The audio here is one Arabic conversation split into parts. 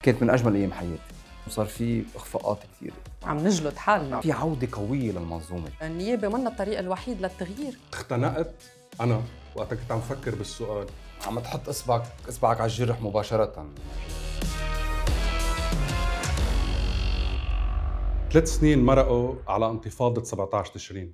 كانت من أجمل أيام حياتي، وصار في إخفاقات كثيرة، عم نجلد حالنا. في عودة قوية للمنظومة. النيابة منا الطريق الوحيد للتغيير. اختنقت أنا وقت كنت عم فكر بالسؤال. عم تحط إصبعك على الجرح مباشرة. 3 سنين مرقوا على انتفاضة 17 تشرين.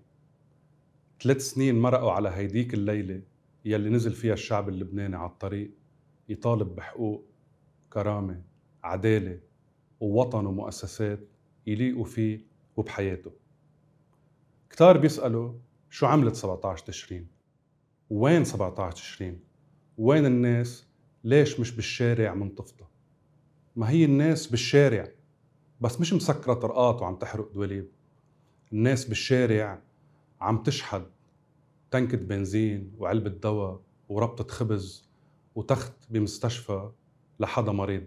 3 سنين مرقوا على هيديك الليلة يلي نزل فيها الشعب اللبناني على الطريق يطالب بحقوق، كرامة، عدالة ووطن ومؤسسات يليقوا فيه وبحياته. كتار بيسألوا شو عملت 17 تشرين؟ وين 17 تشرين؟ وين الناس؟ ليش مش بالشارع منتفضة؟ ما هي الناس بالشارع، بس مش مسكرة طرقات وعم تحرق دواليب. الناس بالشارع عم تشحد تنكة بنزين وعلبة دواء وربطة خبز وتخت بمستشفى لحدا مريض.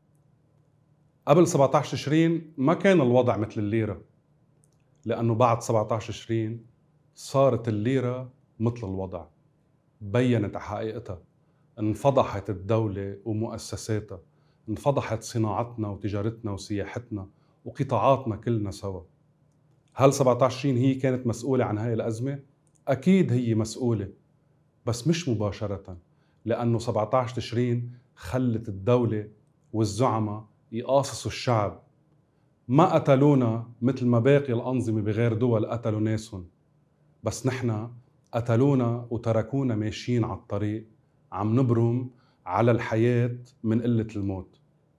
قبل 17 تشرين ما كان الوضع مثل الليرة، لأنه بعد 17 تشرين صارت الليرة مثل الوضع، بيّنت حقيقتها، انفضحت الدولة ومؤسساتها، انفضحت صناعتنا وتجارتنا وسياحتنا وقطاعاتنا كلنا سوا. هل 17 تشرين هي كانت مسؤولة عن هاي الأزمة؟ أكيد هي مسؤولة، بس مش مباشرة، لأنه 17 تشرين خلت الدولة والزعماء يقاصصوا الشعب. ما قتلونا مثل ما باقي الأنظمة بغير دول قتلوا ناسهم، بس نحن قتلونا وتركونا ماشيين على الطريق عم نبرم على الحياة من قلة الموت.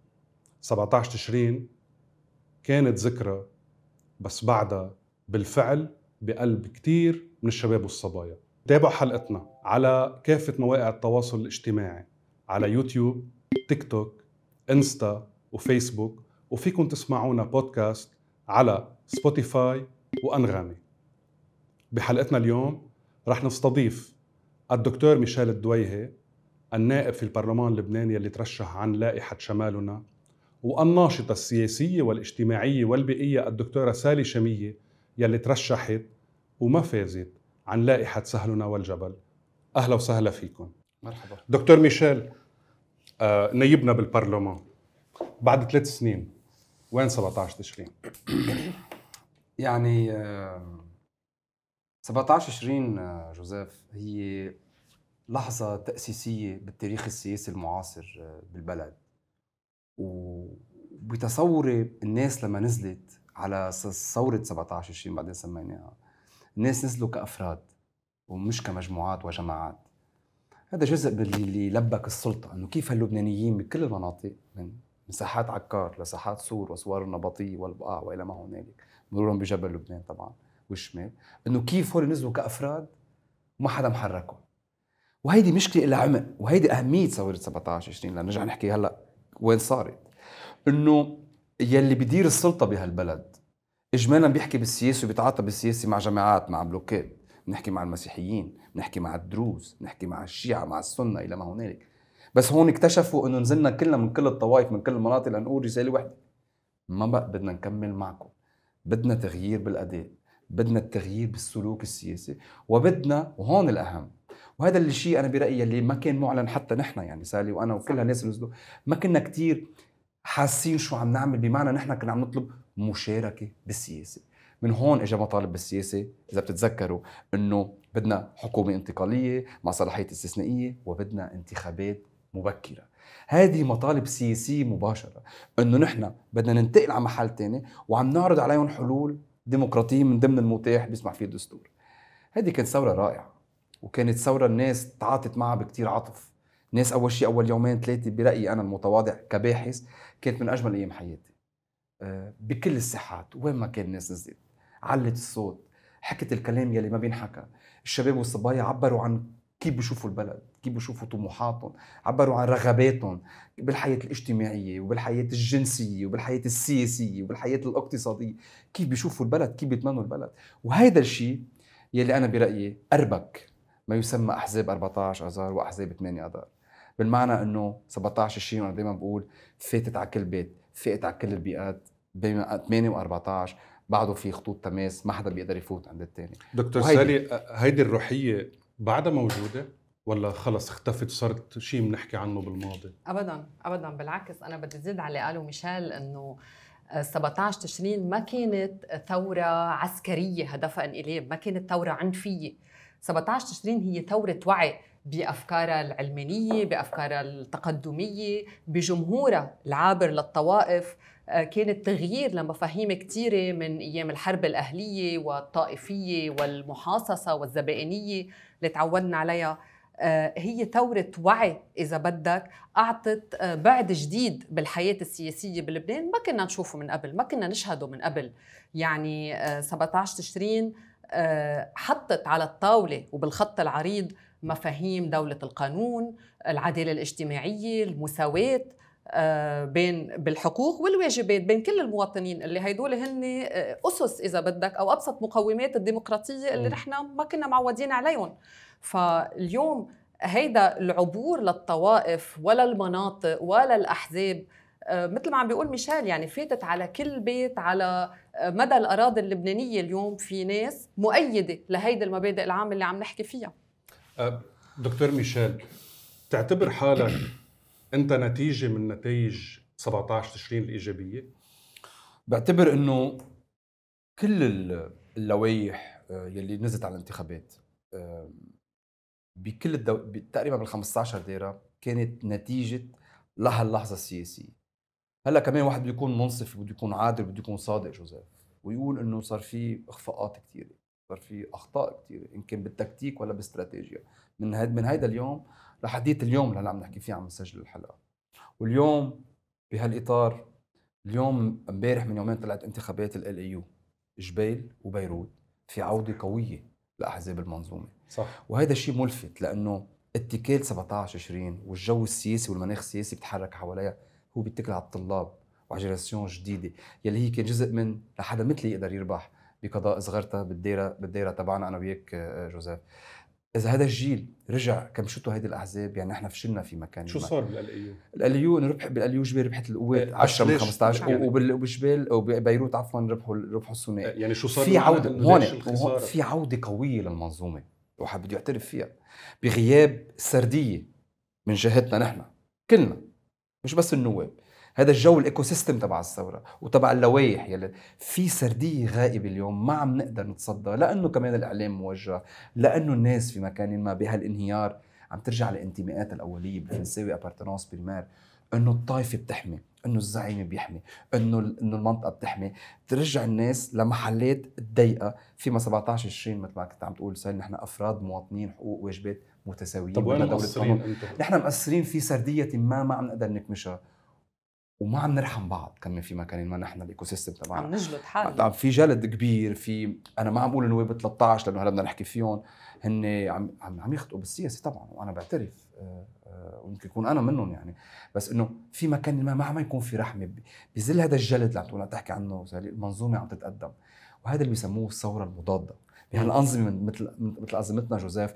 17 تشرين كانت ذكرى، بس بعدها بالفعل بقلب كتير من الشباب والصبايا. تابعوا حلقتنا على كافة مواقع التواصل الاجتماعي، على يوتيوب، تيك توك، انستا وفيسبوك، وفيكم تسمعونا بودكاست على سبوتيفاي وأنغامي. بحلقتنا اليوم رح نستضيف الدكتور ميشيل الدويهي، النائب في البرلمان اللبناني اللي ترشح عن لائحة شمالنا، والناشطة السياسية والاجتماعية والبيئية الدكتورة سالي شمية يلي ترشحت وما فازت عن لائحة سهلنا والجبل. أهلا وسهلا فيكم. مرحبا دكتور ميشيل، نيبنا بالبرلمان بعد 3 سنين، وين 17 تشرين؟ يعني 17 تشرين جوزيف هي لحظة تأسيسية بالتاريخ السياسي المعاصر بالبلد. وبتصور الناس لما نزلت على ثورة 17 تشرين بعدين سميناها، الناس نزلوا كأفراد ومش كمجموعات وجماعات. هذا جزء باللي لبك السلطة، أنه كيف اللبنانيين بكل المناطق من ساحات عكار لساحات سور وأسوار النبطية والبقاع وإلى ما هنالك، مرورا بجبل لبنان طبعا والشمال، أنه كيف هول نزلوا كأفراد وما حدا محركهم. وهيدي مشكلة إلى عمق، وهيدي أهمية ثورة 17 تشرين. لنرجع نحكي هلأ وين صارت، أنه يلي بيدير السلطة بهالبلد إجمالا بيحكي بالسياسة وبيتعاطى بالسياسة مع جماعات، مع بلوكات، نحكي مع المسيحيين، نحكي مع الدروز، نحكي مع الشيعة، مع السنة إلى ما هنالك. بس هون اكتشفوا أنه نزلنا كلنا من كل الطوائف من كل المناطق لنقول رسالة واحدة: ما بقى بدنا نكمل معكم، بدنا تغيير بالأداء، بدنا التغيير بالسلوك السياسي، وبدنا، وهون الأهم، وهذا الشيء أنا برأيي اللي ما كان معلن حتى نحن، يعني سالي وأنا وكل هالناس اللي نزلوا ما كنا كتير حاسين شو عم نعمل، بمعنى نحن كنا عم نطلب مشاركة بالسياسة. من هون اجى مطالب بالسياسة، إذا بتتذكروا، إنه بدنا حكومة انتقالية مع صلاحية استثنائية، وبدنا انتخابات مبكرة. هذه مطالب سياسية مباشرة، إنه نحن بدنا ننتقل على محل تاني، وعم نعرض عليهم حلول ديمقراطية من ضمن المتاح بيسمح فيه الدستور. هذه كانت ثورة رائعة، وكانت ثورة الناس تعاطت معها بكتير عطف. ناس أول شيء أول يومين 3 برأيي أنا المتواضع كباحث كانت من أجمل أيام حياتي بكل الساحات. وين ما كان الناس نزلت، علت الصوت، حكت الكلام يلي ما بينحكى. الشباب والصبايا عبروا عن كيف بيشوفوا البلد، كيف بيشوفوا طموحاتهم، عبروا عن رغباتهم بالحياة الاجتماعية وبالحياة الجنسية وبالحياة السياسية وبالحياة الاقتصادية، كيف بيشوفوا البلد، كيف بيتمنوا البلد. وهذا الشيء يلي أنا برأيي أربك ما يسمى أحزاب 14 أذار وأحزاب 8 أذار، بالمعنى أنه 17 تشرين أنا دايما بقول فاتت على كل بيت، فاتت على كل البيئات. بين 8 و14 بعده في خطوط تماس، ما حدا بيقدر يفوت عند التاني. دكتور سالي، هيدي الروحية بعدها موجودة؟ ولا خلص اختفت صارت شيء بنحكي عنه بالماضي؟ ابدا ابدا، بالعكس انا بدي زيد على اللي قاله ميشيل انه 17 تشرين ما كانت ثورة عسكرية هدفها انقلاب، ما كانت ثورة عنفية. 17 تشرين هي ثورة وعي بأفكارها العلمانية، بأفكارها التقدمية، بجمهورها العابر للطوائف. كانت تغيير لمفاهيم كثيرة من أيام الحرب الأهلية والطائفية والمحاصصة والزبائنية اللي تعودنا عليها. هي ثورة وعي إذا بدك، أعطت بعد جديد بالحياة السياسية بلبنان ما كنا نشوفه من قبل، ما كنا نشهده من قبل. يعني 17 تشرين حطت على الطاولة وبالخط العريض مفاهيم دولة القانون، العدالة الاجتماعية، المساواة بين بالحقوق والواجبات بين كل المواطنين، اللي هيدول هن أسس إذا بدك أو أبسط مقومات الديمقراطية اللي نحن ما كنا معودين عليهم. فاليوم هيدا العبور للطوائف ولا المناطق ولا الأحزاب، مثل ما عم بيقول ميشيل، يعني فاتت على كل بيت على مدى الأراضي اللبنانية. اليوم في ناس مؤيدة لهيدا المبادئ العامة اللي عم نحكي فيها. دكتور ميشيل، تعتبر حالك أنت نتيجة من نتائج 17 تشرين الإيجابية؟ بعتبر إنه كل اللوائح يلي نزلت على الانتخابات بكل تقريبا بال 15 دايرة كانت نتيجة لهاللحظة السياسية. هلا كمان واحد بده يكون منصف، بده يكون عادل، بده يكون صادق جوزيف، ويقول انه صار في اخفاقات كثيره، صار في اخطاء كثيره، ان كان بالتكتيك ولا باستراتيجيه. من هيدا اليوم لحديت اليوم اللي هلا عم نحكي فيه، عم نسجل الحلقه. واليوم بهالاطار، اليوم امبارح من يومين طلعت انتخابات ال LAU جبيل وبيروت، في عوده قويه لاحزاب المنظومه. صح. وهذا الشيء ملفت، لانه اتكال 17 تشرين والجو السياسي والمناخ السياسي بتحرك حواليها هو بيتكل على الطلاب وعلى جينيراسيون جديده يلي هي كان جزء من لحدا مثلي يقدر يربح بقضاء صغرتها بالدائره تبعنا انا وياك جوزيف. اذا هذا الجيل رجع كمشته هيدي الاحزاب، يعني نحن فشلنا في مكان. شو صار بالLAU؟ الاليو انه ربح بالاليو جبيل ربحت القوات 10 من 15 يعني وبجبال وبيروت عفوا ربحوا الثنائي. يعني شو صار في عوده هون في عوده قويه للمنظومه، وحاب بده يعترف فيها بغياب السرديه من جهتنا نحن كلنا، مش بس النواب. هذا الجو الايكو سيستم تبع الثوره وتبع اللوائح يلي في سرديه غائبه اليوم، ما عم نقدر نتصدى، لانه كمان الاعلام موجه، لانه الناس في مكان ما بهالانهيار عم ترجع لانتماءاتها الاوليه بالفرنساوي ابارتنانس بريمير، انه الطائفه بتحمي، انه الزعيم بيحمي، انه المنطقه بتحمي. ترجع الناس لمحلات الضيقه فيما 17 20 مثل ما كنت عم تقول سهل، نحن افراد مواطنين حقوق واجبات متساويين. طب وين مقصرين انتم؟ نحن مقصرين في سرديه ما عم نقدر نكمشها، وما عم نرحم بعض كمان في مكان ما. نحن الايكو سيستم تبعنا عم نجلد حالنا، في جلد كبير. في انا ما عم بقول انه 13 لانه هلا بدنا نحكي فيهم، هن عم يخطئوا بالسياسه طبعا، وانا بعترف ويمكن يكون انا منهم يعني، بس انه في مكان ما عم يكون في رحمه بظل هذا الجلد اللي عم تقول تحكي عنه. المنظومه عم تتقدم، وهذا اللي بيسموه الثوره المضاده بهالانظمه مثل انظمتنا جوزيف.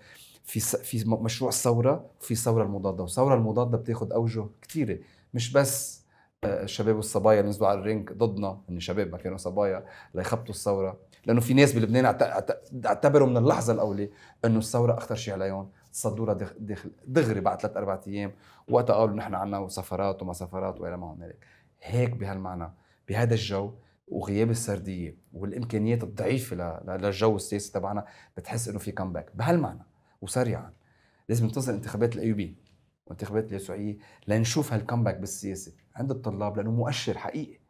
في مشروع الثوره وفي الثوره المضاده، والثوره المضاده بتاخذ اوجه كثيره، مش بس الشباب والصبايا نزلوا على الرينج ضدنا، ان شباب ما كانوا صبايا ليخبطوا الثوره، لانه في ناس بلبنان اعتبروا من اللحظه الاولى انه الثوره اخطر شيء عليهم، تصدوا لها دغري بعد 3-4 ايام، وقتها قالوا نحن عنا سفرات وما سفرات والى ما هنالك. هيك بهالمعنى بهذا الجو وغياب السرديه والامكانيات الضعيفه للجو السياسي تبعنا، بتحس انه في كامباك بهالمعنى. وسريعا لازم ننتظر انتخابات الAUB وانتخابات اليسوعية لنشوف هالكمباك بالسياسة عند الطلاب، لأنه مؤشر حقيقي.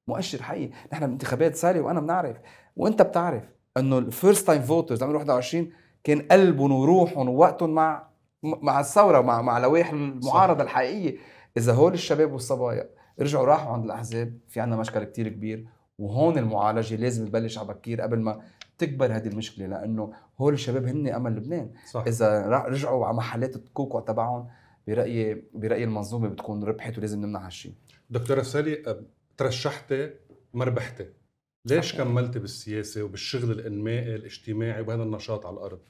نحن بانتخابات سارية وأنا بنعرف وأنت بتعرف أنه الفيرست تايم فوترز عام 21 كان قلبهم وروحهم ووقتهم مع الثورة، مع لوائح المعارضة الحقيقية. إذا هول الشباب والصبايا رجعوا راحوا عند الأحزاب، في عنا مشكلة كتير كبير، وهون المعالجة لازم تبلش على بكير قبل ما تكبر هذه المشكلة، لأنه هول الشباب هن أمل لبنان. صح. إذا رجعوا على محلات الكوكو تبعهم، برأيي المنظومة بتكون ربحت، ولازم نمنع هالشيء. دكتورة سالي، ترشحتي ما ربحتي، ليش كملتي بالسياسة وبالشغل الإنمائي الاجتماعي وبهذا النشاط على الأرض؟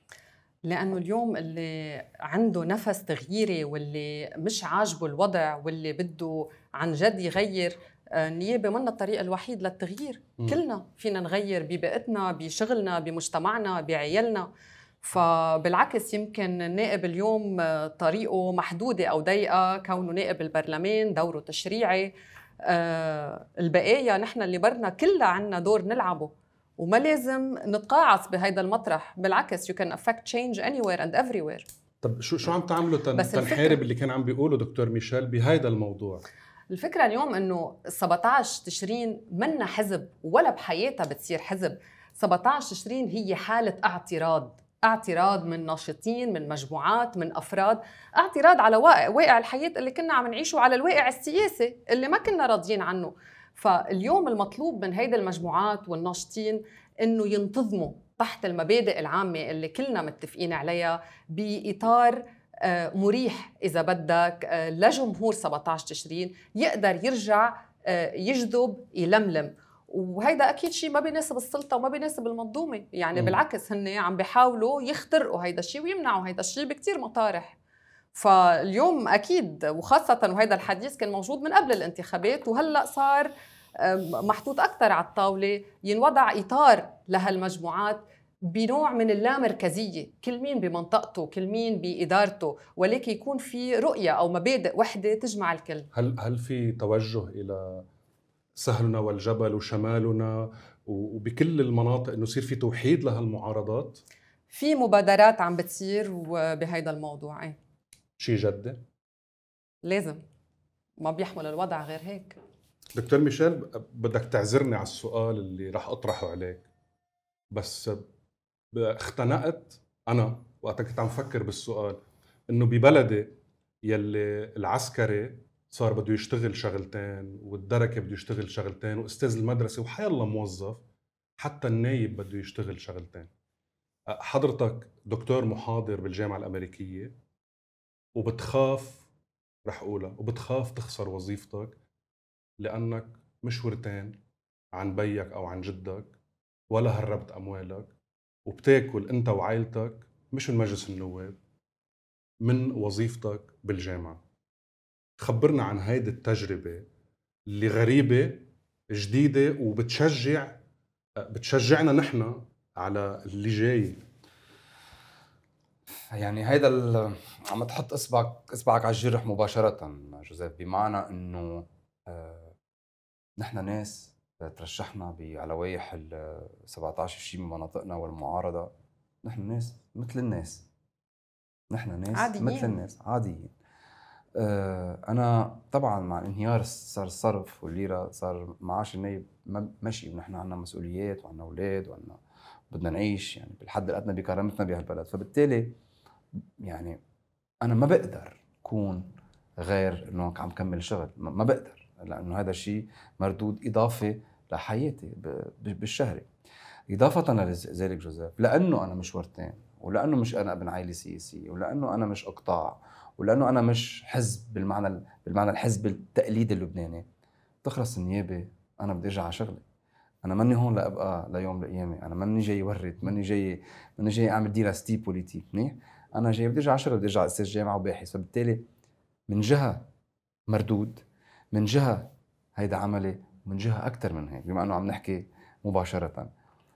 لأنه اليوم اللي عنده نفس تغييري واللي مش عاجبه الوضع واللي بده عن جد يغير، النيابة منا الطريق الوحيد للتغيير. كلنا فينا نغير ببيئتنا، بشغلنا، بمجتمعنا، بعيالنا. فبالعكس يمكن النائب اليوم طريقه محدودة أو ضيقة كونه نائب البرلمان، دوره تشريعي. البقايا نحن اللي برنا كلها عنا دور نلعبه، وما لازم نتقاعس بهيدا المطرح. بالعكس you can affect change anywhere and everywhere. طب شو عم تعملوا بس تنحارب اللي كان عم بيقوله دكتور ميشيل بهيدا الموضوع؟ الفكرة اليوم انه 17 تشرين منا حزب ولا بحياتها بتصير حزب. 17 تشرين هي حالة اعتراض من ناشطين، من مجموعات، من أفراد، اعتراض على واقع الحياة اللي كنا عم نعيشه، على الواقع السياسي اللي ما كنا راضيين عنه. فاليوم المطلوب من هيدا المجموعات والناشطين إنه ينتظموا تحت المبادئ العامة اللي كلنا متفقين عليها بإطار مريح إذا بدك لجمهور 17 تشرين يقدر يرجع يجذب يلملم. وهيدا أكيد شيء ما بيناسب السلطة وما بيناسب المنظومة. يعني بالعكس هن عم بيحاولوا يخترقوا هيدا الشيء ويمنعوا هيدا الشيء بكتير مطارح. فاليوم أكيد، وخاصة وهيدا الحديث كان موجود من قبل الانتخابات وهلأ صار محطوط أكتر على الطاولة، ينوضع إطار لهالمجموعات بنوع من اللامركزية، كل مين بمنطقته، كل مين بإدارته، ولكن يكون في رؤية أو مبادئ وحدة تجمع الكل. هل في توجه إلى سهلنا والجبل وشمالنا وبكل المناطق إنه يصير في توحيد لهالمعارضات؟ في مبادرات عم بتصير بهيدا الموضوع. شيء جدي؟ لازم، ما بيحمل الوضع غير هيك. دكتور ميشيل، بدك تعذرني على السؤال اللي رح أطرحه عليك، بس اختنقت أنا وقت كنت عم فكر بالسؤال إنه ببلدي يلي العسكري صار بده يشتغل شغلتين، والدركة بده يشتغل شغلتين، وأستاذ المدرسة وحي الله موظف، حتى النايب بده يشتغل شغلتين. حضرتك دكتور محاضر بالجامعة الأمريكية وبتخاف، رح أقولها، وبتخاف تخسر وظيفتك لأنك مش ورتين عن بيك أو عن جدك ولا هربت أموالك، وبتاكل أنت وعائلتك مش من مجلس النواب، من وظيفتك بالجامعة. خبرنا عن هيدي التجربة اللي غريبة جديدة بتشجعنا نحن على اللي جاي. يعني هيدا عم تحط اصبعك على الجرح مباشرة جوزيف، بمعنى انه نحن ناس ترشحنا على ال 17 شيء من مناطقنا والمعارضة. نحن ناس مثل الناس، نحن ناس عاديين. مثل الناس عاديين. أنا طبعا مع انهيار صار الصرف والليرة، صار معاش النايب ماشي، ونحن عنا مسؤوليات وعنا أولاد وعنا بدنا نعيش يعني بالحد الأدنى بكرامتنا بهالبلد. فبالتالي يعني أنا ما بقدر أكون غير إنه عم كمل شغل، ما بقدر، لأنه هذا الشيء مردود إضافي لحياتي بالشهري. إضافة لذلك جوزيف، لأنه أنا مش ورتين، ولأنه مش أنا ابن عائلة سياسية، ولأنه أنا مش إقطاع، ولأنه أنا مش حزب بالمعنى الحزب التقليدي اللبناني، تخلص النيابة أنا بدي أرجع على شغلي. أنا ماني هون لأبقى ليوم القيامة، أنا ماني جاي ورد، ماني جاي أعمل ديراستي بوليتيك. منيح، أنا جاي بدي أرجع على شغلي، بدي أرجع أستاذ جامعة وباحث. فبالتالي من جهة مردود، من جهة هيدا عملي، من جهة أكتر من هيك، بما أنه عم نحكي مباشرة.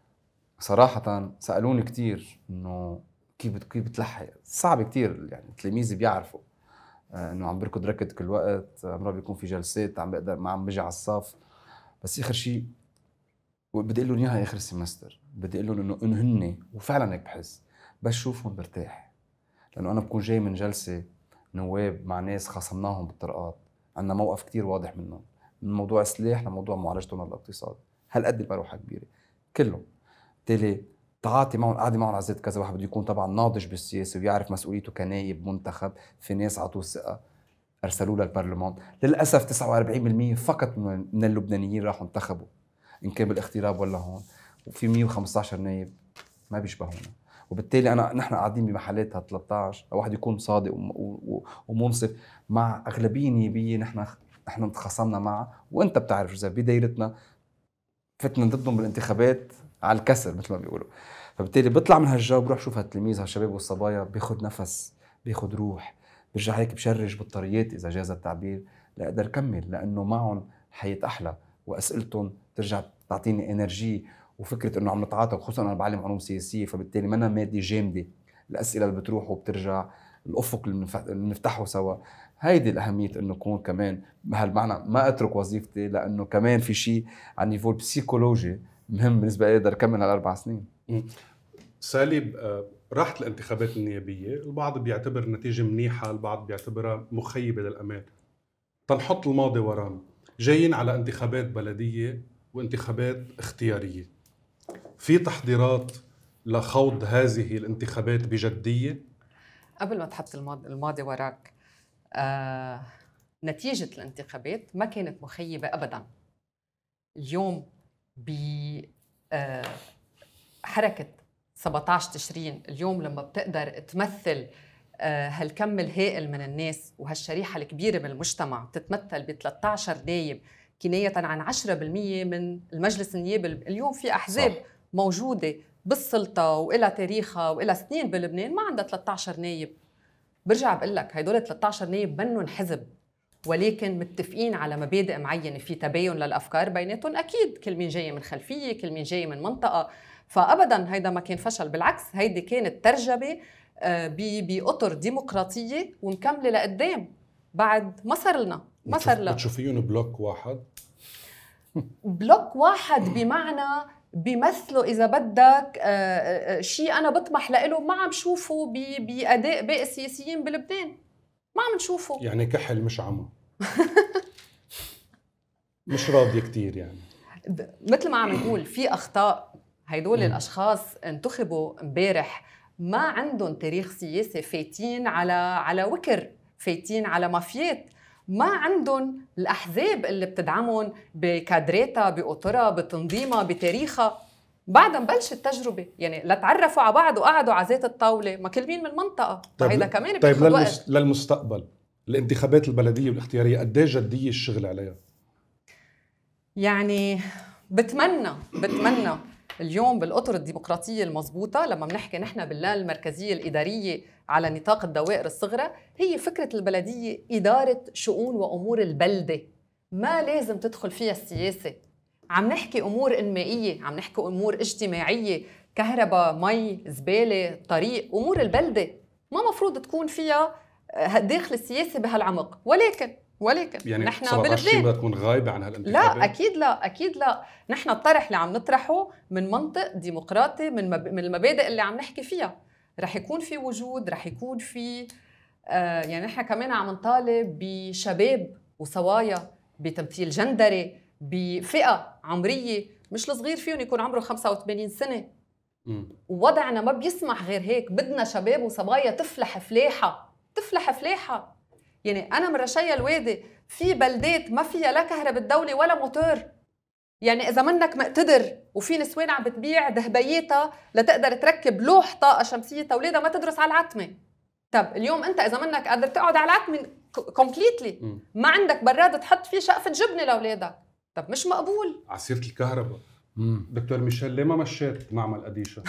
صراحة سألوني كتير إنه كيف بتلحق. صعب كتير، يعني تلاميذي بيعرفوا إنه عم بركض ركض كل وقت، مرة بيكون في جلسات عم بقدر ما عم بجي على الصف. بس آخر شيء بدي أقول لهم إياها آخر السمستر، بدي أقول لهم إنه هن، وفعلا هيك بحس، بس شوفهم برتاح، لأنه أنا بكون جاي من جلسة نواب مع ناس خاصمناهم بالطرقات، عندنا موقف كتير واضح منهم، من موضوع السلاح لموضوع معالجتهم للاقتصاد، هالقد المروحة كبيرة كلهم. بالتالي تعاطي معهم، قاعدة معهم على زيت كذا واحد بده يكون طبعا ناضج بالسياسة ويعرف مسؤوليته كنايب منتخب. في ناس عطوه الثقة أرسلوه للبرلمان، للأسف 49% فقط من اللبنانيين راحوا انتخبوا، إن كان بالاغتراب ولا هون، وفي 115 نايب ما بيشبهونا. وبالتالي نحن قاعدين بمحلات 13 واحد يكون صادق ومنصف مع أغلبية نيابية نحن تخاصمنا معها. وانت بتعرف جوزيف بدايرتنا فتنا ضدهم بالانتخابات على الكسر مثل ما بيقولوا. فبالتالي بطلع من هالجو، بروح شوف هالتلاميذ هالشباب والصبايا، بياخد نفس، بياخد روح، برجع هيك بشرج بطاريات إذا جاز التعبير لأقدر كمل، لأنه معهم الحياة أحلى وأسئلتهم ترجع تعطيني إنرجي. وفكرة إنه عم نتعاطى، خصوصا أنا بعلم علوم سياسية، فبالتالي ما أنا مادة جامدة الاسئله اللي بتروح وبترجع، الافق اللي بنفتحه سوا. هيدي الاهميه انه كون كمان بهالمعنى ما اترك وظيفتي، لانه كمان في شيء على النيفو البسيكولوجي مهم بالنسبه لي اقدر اكمل هال4 سنين. سالي، راحت الانتخابات النيابيه، البعض بيعتبر نتيجه منيحه، البعض بيعتبرها مخيبه للامال. تنحط الماضي ورانا، جايين على انتخابات بلديه وانتخابات اختياريه، في تحضيرات لخوض هذه الانتخابات بجديه؟ قبل ما تحط الماضي وراك، نتيجة الانتخابات ما كانت مخيبة أبداً. اليوم بحركة 17 تشرين، اليوم لما بتقدر تمثل هالكم الهائل من الناس وهالشريحة الكبيرة من المجتمع، تتمثل ب 13 نايب كناية عن 10% من المجلس النيابي. اليوم في أحزاب موجودة بالسلطة وإلى تاريخها وإلى سنين بلبنان ما عندها 13 نايب. برجع بقول لك هيدول 13 نايب منهم حزب، ولكن متفقين على مبادئ معينة، في تباين للأفكار بيناتهم. أكيد كل مين جاي من خلفية، كل مين جاي من منطقة، فأبداً هيدا ما كان فشل، بالعكس هيدي كانت ترجمة بأطر ديمقراطية ومكملة لقدام. بعد ما صار لنا بتشوفيهم بلوك واحد؟ بلوك واحد بمعنى بيمثلوا إذا بدك شيء أنا بطمح لإله ما عم شوفه بأداء باقي السياسيين بلبنان، ما عم نشوفه. يعني كحل مش عمى. مش راضية كتير يعني. مثل ما عم نقول في أخطاء. هيدول الأشخاص انتخبوا امبارح ما عندهم تاريخ سياسي، فايتين على وكر، فايتين على مافيات، ما عندهم الأحزاب اللي بتدعمهم بكادراتها، بأطرها، بتنظيمها، بتاريخها. بعد ما بلشت التجربة يعني لتعرفوا على بعض وقعدوا على ذات الطاولة، ما كل مين من منطقة. هيدا كمان بياخد وقت. للمستقبل الانتخابات البلدية والاختيارية قديه جدية الشغل عليها؟ يعني بتمنى اليوم بالأطر الديمقراطية المضبوطة، لما بنحكي نحن بالله المركزية الإدارية على نطاق الدوائر الصغرى، هي فكرة البلدية إدارة شؤون وأمور البلدة، ما لازم تدخل فيها السياسة. عم نحكي أمور إنمائية، عم نحكي أمور اجتماعية، كهرباء، مي، زبالة، طريق، أمور البلدة ما مفروض تكون فيها داخل السياسة بهالعمق. ولكن يعني نحن 17 بدها تكون غايبة عن هالانتخابات؟ لا أكيد لا. نحن الطرح اللي عم نطرحه من منطق ديمقراطي، من المبادئ اللي عم نحكي فيها. رح يكون في وجود، رح يكون في يعني نحن كمان عم نطالب بشباب وصوايا، بتمثيل جندري، بفئة عمرية مش الصغير فيهم يكون عمره 85 سنة. ووضعنا ما بيسمح غير هيك. بدنا شباب وصبايا تفلح فلاحة. يعني أنا من رشايا الوادي في بلدات ما فيها لا كهرباء الدولة ولا موتور. يعني إذا منك مقتدر وفي نسوان عم بتبيع ذهبياتها لتقدر تركب لوح طاقة شمسية توليدها ما تدرس على العتمة. طب اليوم أنت إذا منك قادر تقعد على العتمة كومبليتلي، ما عندك براد تحط فيه شقفة جبنة لأولادك، طب مش مقبول. عسيرة الكهرباء. دكتور ميشيل ليه ما مشيت معمل قديشة؟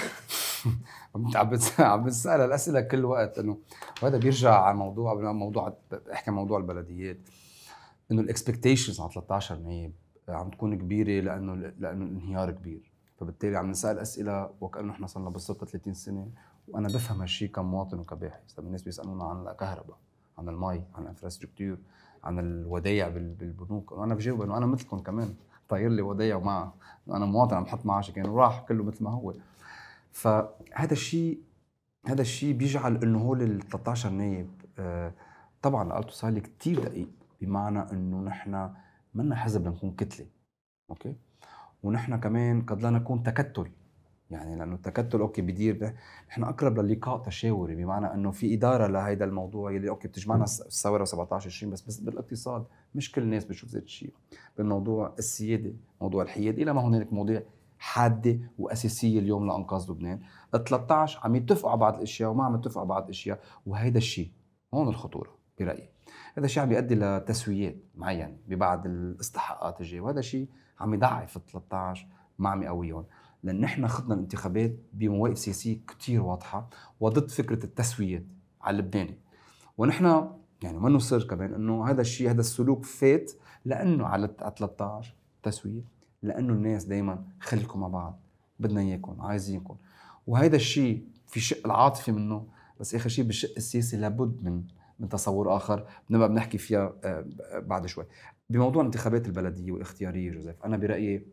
عم بتسأل الأسئلة كل وقت إنه، وهذا بيرجع على احكي موضوع البلديات، إنه الإكسبكتيشنز على 13 نايب عم تكون كبيرة لأنه الانهيار كبير، فبالتالي عم نسأل أسئلة وكأنه إحنا صرنا بالسلطة 30 سنة. وأنا بفهم هالشيء كمواطن وكباحث. لما الناس بيسألونا عن الكهرباء، عن المي، عن الانفراستركتور، عن الودايع بالبنوك، وأنا بجاوب إنه أنا مثلكم كمان، طاير لي ودايع ومعه أنا مواطن عم بحط معاشي كان وراح كله مثل ما هو. فهذا الشيء بيجعل انه هول ال 13 نايب طبعا اللي قلته صار لي كثير دقيق، بمعنى انه نحن منا حزب لنكون كتله، اوكي، ونحن كمان قد لا نكون تكتل. يعني لانه التكتل اوكي بدير، نحن اقرب للقاء تشاوري، بمعنى انه في اداره لهيدا الموضوع يلي اوكي بتجمعنا الثوره 17 20، بس بالاقتصاد مش كل الناس بتشوف ذات الشيء. بالموضوع السياده، موضوع الحياد، الى ما هنالك مواضيع حاده واساسيه اليوم لانقاذ لبنان. ال 13 عم يتفقوا على بعض الاشياء وما عم يتفقوا على بعض الاشياء، وهيدا الشيء هون الخطوره برايي. هذا الشيء عم بيؤدي لتسويات معينه ببعض الاستحقاقات الجايه، وهذا الشيء عم يضعف ال 13 ما عم يقويهم، لأن نحن خدنا الانتخابات بمواقف سياسية كتير واضحة وضد فكرة التسويات على اللبناني. ونحن يعني ما نصر كمان إنه هذا الشيء، هذا السلوك فات، لأنه على 13 تسوية، لأنه الناس دايما خليكم مع بعض، بدنا إياكم، عايزينكم. وهذا الشيء في شق العاطفي منه، بس اخر شيء بالشق السياسي لابد من تصور اخر بنبقى بنحكي فيها بعد شوي. بموضوع الانتخابات البلديه والاختياريه جوزيف، انا برايي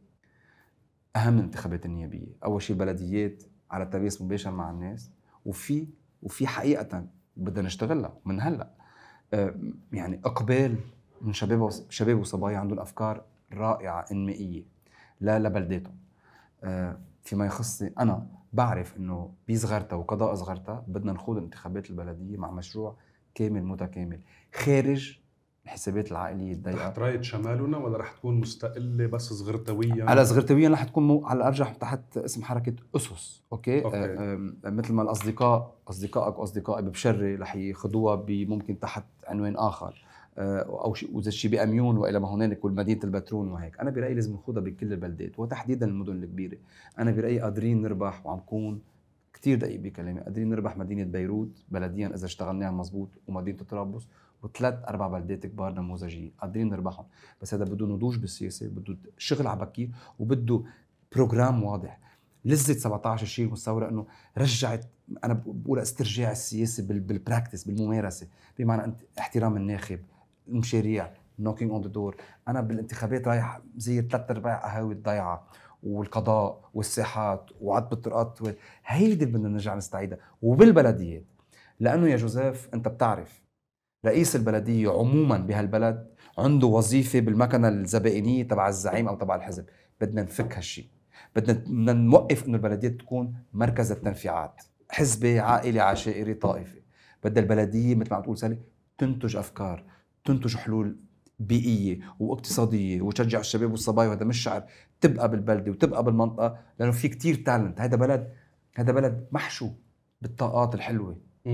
اهم الانتخابات النيابيه اول شيء البلديات على تماس مباشر مع الناس، وفي حقيقه بدنا نشتغلها من هلا. يعني اقبال من شباب وصبايا عندهم افكار رائعه انمائيه لبلداتهم. فيما يخصني انا بعرف انه بصغرتها وقضاء صغرتها بدنا نخوض الانتخابات البلديه مع مشروع كامل متكامل خارج الحسابات العائليه الضيقه. رح ترايد شمالنا ولا رح تكون مستقله بس صغرتويا؟ على صغرتويا رح تكون على الارجح تحت اسم حركه اسس. اوكي. مثل ما اصدقائك واصدقائي ببشري رح ياخذوها ممكن تحت عنوان اخر، او شيء وزي شيء باميون والى ما هنالك والمدينه البترون وهيك. انا برايي لازم ناخذها بكل البلدات وتحديدا المدن الكبيره. انا برايي قادرين نربح، وعم كون كتير دقيق بكلامي، قادرين نربح مدينه بيروت بلديا اذا اشتغلناها مزبوط، ومدينه طرابلس، وثلاث اربع بلدات كبار نموذجيه قادرين نربحهم. بس هذا بده نضوج بالسياسه، بده شغل على بكير، وبده بروجرام واضح. لذة 17 تشرين والثوره انه رجعت، انا بقول استرجاع السياسه بالبراكتس، بالممارسه، بمعنى انت احترام الناخب، المشاريع، نوكينج اون ذا دور. انا بالانتخابات رايح زي 3/4 قهاوي الضيعه والقضاء والساحات وعتب الطرقات، هيدي اللي بدنا نرجع نستعيدها. وبالبلديات، لانه يا جوزيف انت بتعرف رئيس البلديه عموما بهالبلد عنده وظيفه بالمكنه الزبائنيه تبع الزعيم او تبع الحزب. بدنا نفك هالشيء، بدنا نوقف انه البلديات تكون مركز التنفيعات، حزبي عائلي عشائري طائفي. بدها البلديه مثل ما عم تقول سالي تنتج افكار، تنتج حلول بيئيه واقتصاديه، وتشجع الشباب والصبايا، وهذا مش شعر، تبقى بالبلده وتبقى بالمنطقه، لانه في كتير تالنت. هذا بلد محشو بالطاقات الحلوه،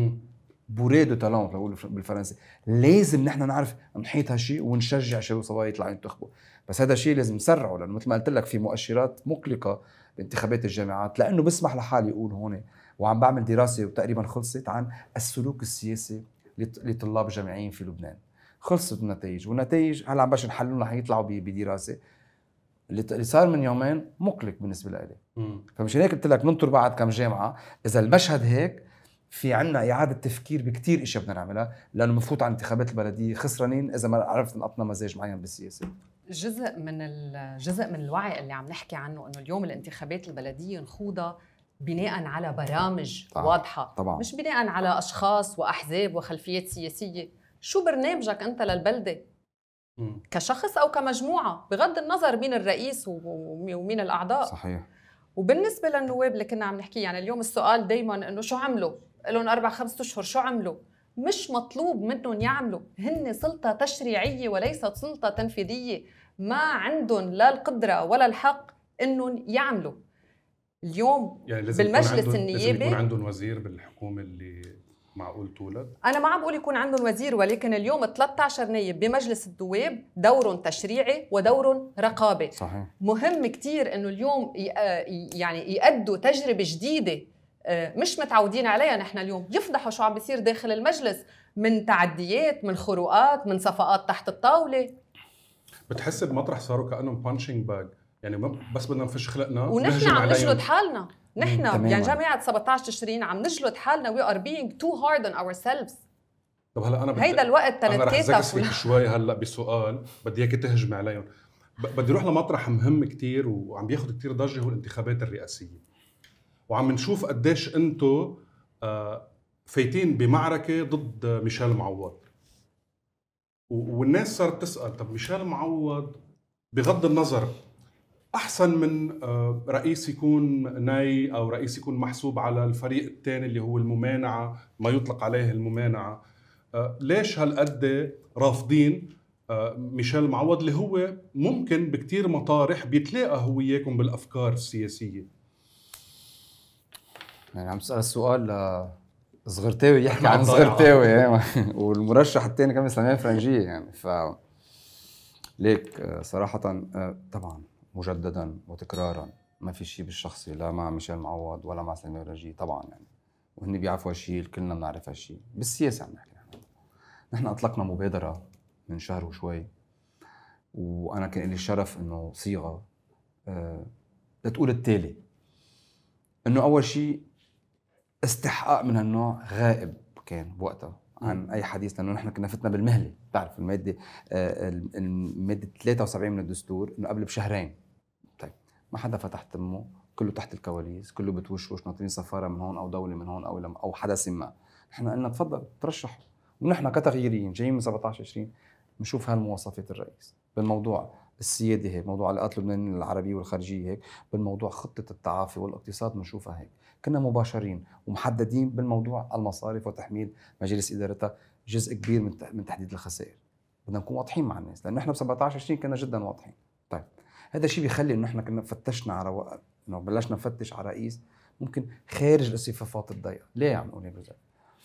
بوريدو تالون بقولوا بالفرنسي. لازم نحن نعرف نحيط هالشيء ونشجع شباب وصبايا يطلعوا ينتخبوا. بس هذا الشيء لازم نسرعه، لانه مثل ما قلت لك في مؤشرات مقلقه بانتخابات الجامعات، لانه بسمح لحالي اقول هون وعم بعمل دراسه وتقريبا خلصت عن السلوك السياسي لطلاب جامعيين في لبنان. خلصت النتائج، والنتائج هلا عم باش نحللهم، رح يطلعوا بدراسه. اللي صار من يومين مقلق بالنسبه لي. فمشان هيك قلت لك ننطر بعد كم جامعه. اذا المشهد هيك، في عنا إعادة تفكير بكتير إشياء بدنا نعملها، لأنه مفوت على انتخابات البلدية خسرانين إذا ما عرفت نقطنا مزاج معين بالسياسة. جزء من الوعي اللي عم نحكي عنه إنه اليوم الانتخابات البلدية نخوضها بناء على برامج واضحة، طبعاً. مش بناء على أشخاص وأحزاب وخلفيات سياسية. شو برنامجك أنت للبلدة كشخص أو كمجموعة، بغض النظر مين الرئيس ومين الأعضاء. صحيح. وبالنسبة للنواب اللي كنا عم نحكي، يعني اليوم السؤال دايماً إنه شو عملوا؟ لهم 4-5 أشهر، شو عملوا؟ مش مطلوب منهم يعملوا، هن سلطة تشريعية وليست سلطة تنفيذية، ما عندهم لا القدرة ولا الحق إنهم يعملوا. اليوم يعني لازم بالمجلس النيابي لازم يكون عندهم وزير بالحكومة اللي معقول تولد. أنا ما عم بقول يكون عندهم وزير، ولكن اليوم 13 نائب بمجلس النواب دورهم تشريعي ودورهم رقابي. صحيح. مهم كتير إنه اليوم يعني يأدوا تجربة جديدة مش متعودين عليها. نحن اليوم يفضحوا شو عم بيصير داخل المجلس من تعديات، من خروقات، من صفقات تحت الطاولة. بتحس بمطرح صاروا كأنهم بانشينج باج، يعني بس بدنا نفش خلقنا ونحن عم نجلد حالنا. نحن يعني تماماً. جماعة 17 تشرين عم نجلد حالنا. we are being too hard on ourselves. طب هلا أنا هيدا الوقت أنا رح تنتكاتف زكسك شوي هلا بسؤال بدي إياك تهجم عليهم. بدي روح لمطرح مهم كتير وعم بياخد كتير ضجة، هو الانتخابات الرئاسية. وعم نشوف قديش أنتو فايتين بمعركة ضد ميشيل معوض، والناس صارت تسأل طب ميشيل معوض بغض النظر أحسن من رئيس يكون ناي أو رئيس يكون محسوب على الفريق الثاني اللي هو الممانعة، ما يطلق عليه الممانعة، ليش هالقد رافضين ميشيل معوض اللي هو ممكن بكتير مطارح بيتلاقى هو وياكم بالأفكار السياسية؟ يعني عم تسأل السؤال صغرتاوي يحكي عن صغرتاوي والمرشح الثاني كمان سليمان فرنجية يعني. ليك صراحة طبعا مجددا وتكرارا ما في شيء بالشخصي لا مع ميشيل معوض ولا مع سليمان فرنجية طبعا يعني، وهن بيعرفوا هالشيء، كلنا بنعرف هالشيء. بالسياسة عم نحكي نحن أطلقنا مبادرة من شهر وشوي، وأنا كان لي الشرف إنه صيغة لتقول التالي، إنه أول شيء استحقاق من هالنوع غائب كان بوقتها عن اي حديث، لانه نحن كنا فتنا بالمهله. بتعرف الماده الماده 73 من الدستور انه قبل بشهرين. طيب ما حدا فتح تمه، كله تحت الكواليس، كله بتوشوش ناطرين سفاره من هون او دوله من هون او حدث ما. نحن قلنا تفضل ترشحوا، ونحن كتغييريين جايين من 17 20 بنشوف هالمواصفات الرئيس بالموضوع السيادي، هيك موضوع علاقات لبنان العربيه والخارجيه، هيك بالموضوع خطه التعافي والاقتصاد بنشوفها هيك. كنا مباشرين ومحددين بالموضوع المصارف وتحميل مجلس ادارتها جزء كبير من تحديد الخسائر. بدنا نكون واضحين مع الناس، لانه احنا ب 17 20 كنا جدا واضحين. طيب هذا الشيء بيخلي انه احنا كنا فتشنا على انه بلشنا نفتش على رئيس ممكن خارج الاصطفافات الضيقه. ليه عم نقول هيك؟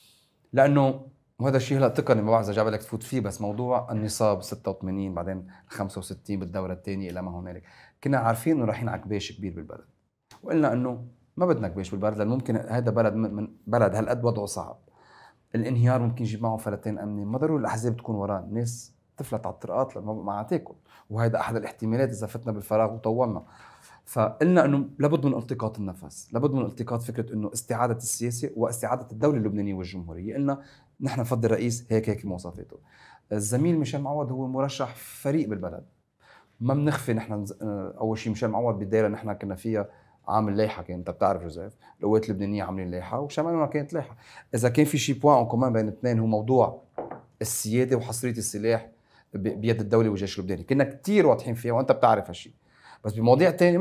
لانه وهذا الشيء هلا تقني ما بعرف اذا جاب لك تفوت فيه، بس موضوع النصاب 86 بعدين 65 بالدوره الثانيه الى ما هنالك، كنا عارفين انه رايحين على كباش كبير بالبلد، وقلنا انه ما بدنا كباش بالبلد، لانه ممكن هذا بلد من بلد هالقد وضعه صعب، الانهيار ممكن يجيب معه فلتين امني، ما ضروري الاحزاب تكون وراه، الناس تفلت على الطرقات ما تاكل، وهذا احد الاحتمالات اذا فتنا بالفراغ وطولنا. فقلنا انه لابد من التقاط النفس، لابد من التقاط فكره انه استعاده السياسه واستعاده الدوله اللبنانيه والجمهوريه. قلنا نحن نفضل رئيس هيك مواصفاته. الزميل ميشيل معوض هو مرشح فريق بالبلد، ما بنخفي نحن. اول شيء ميشيل معوض بالدائره نحن كنا فيها عامل لايحه، كان انت بتعرف جوزيف القوات اللبنانيه عاملين لايحه وشمالنا كانت لايحه. اذا كان في شيء بوان كمان بين الاثنين هو موضوع السياده وحصريه السلاح بيد الدوله والجيش اللبناني، كنا كثير واضحين فيها وانت بتعرف هالشيء. بس بمواضيع تانية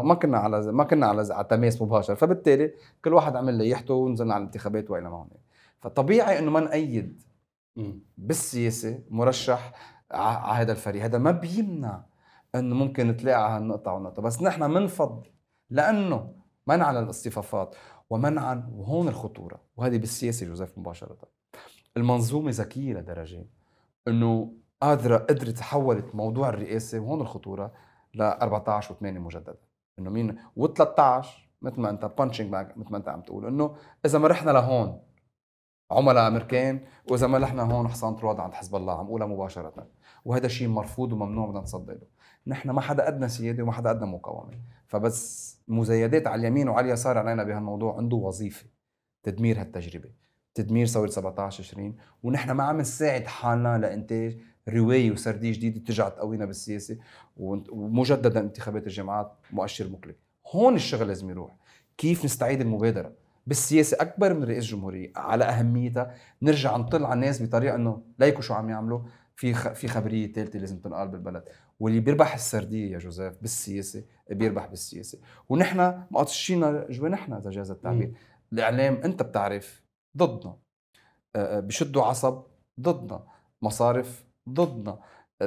ما كنا على تماس مباشر، فبالتالي كل واحد عمل ليحته ونزلنا على الانتخابات والى ما هنالك. فطبيعي انه ما نأيد بالسياسه مرشح على هذا الفريق. هذا ما بيمنع انه ممكن نتلاقى على هالنقطه والنقطه، بس نحن منفضل لانه منعا للاصطفافات ومنعا، وهون الخطوره، وهذه بالسياسه جوزيف مباشره. المنظومه ذكيه لدرجه انه قدرت تحولت موضوع الرئاسه، وهون الخطوره، ل 14 و8 مجددا. انه مين و13 مثل ما انت بانشينج باك، مثل ما انت عم تقول انه اذا ما رحنا لهون عملاء امريكان، واذا ما رحنا هون حصان طراد عند حزب الله، عم قولها مباشره. وهذا شيء مرفوض وممنوع، بدنا نصدقه. نحن ما حدا ادنى سياده وما حدا ادنى مقاومه، فبس مزايدات على اليمين وعلى اليسار علينا بهالموضوع عنده وظيفه تدمير هالتجربه، تدمير ثوره 17 20. ونحن ما عم نساعد حالنا لانتاج روايه وسرديه جديده ترجع تقوينا بالسياسه. ومجددا انتخابات الجامعات مؤشر مقلق. هون الشغل لازم يروح، كيف نستعيد المبادره بالسياسه اكبر من رئيس جمهوريه على اهميتها. نرجع نطلع على الناس بطريقه انه ليكوا شو عم يعملوا، في خبريه ثالثه لازم تنقال بالبلد. واللي بيربح السرديه يا جوزيف بالسياسه بيربح بالسياسه. ونحن مقطشينا جوانحنا اذا جاز التعبير. الاعلام انت بتعرف ضدنا، بشدوا عصب ضدنا، مصارف ضدنا،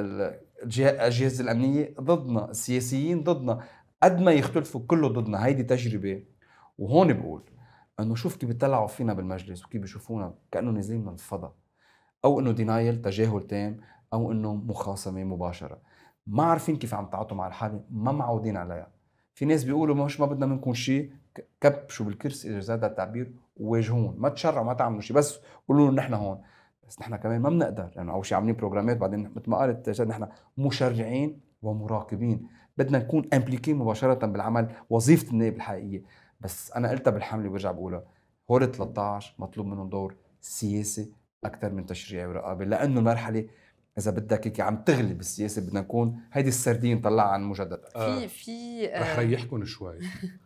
الأجهزة الأمنية ضدنا، السياسيين ضدنا، قد ما يختلفوا كله ضدنا. هيدي تجربة. وهون بقول انه شوف كيف بيطلعوا فينا بالمجلس وكيف بيشوفونا كأنه نازلين من الفضاء، او انه دينايل تجاهل تام، او انه مخاصمة مباشرة. ما عارفين كيف عم تعاطوا مع الحالة، ما معودين عليها. في ناس بيقولوا مش ما بدنا منكم شيء، كبشوا بالكرسي اذا زاد التعبير وواجهون، ما تشرعوا ما تعملوا شيء، بس قولوا نحن هون. بس نحن كمان ما بنقدر، لانه يعني اول شيء عاملين بروجرامات، بعدين مثل ما قالت جاد نحن مشرعين ومراقبين، بدنا نكون امبليكين مباشره بالعمل، وظيفه النائب الحقيقيه. بس انا قلتها بالحمله وبرجع بقولها، هول 13 مطلوب منهم دور سياسي اكثر من تشريعي ورقابه، لانه المرحله اذا بدك هيك عم تغلي بالسياسه. بدنا نكون هيدي السردين طلعها عن مجددا. في رح ريحكم شوي.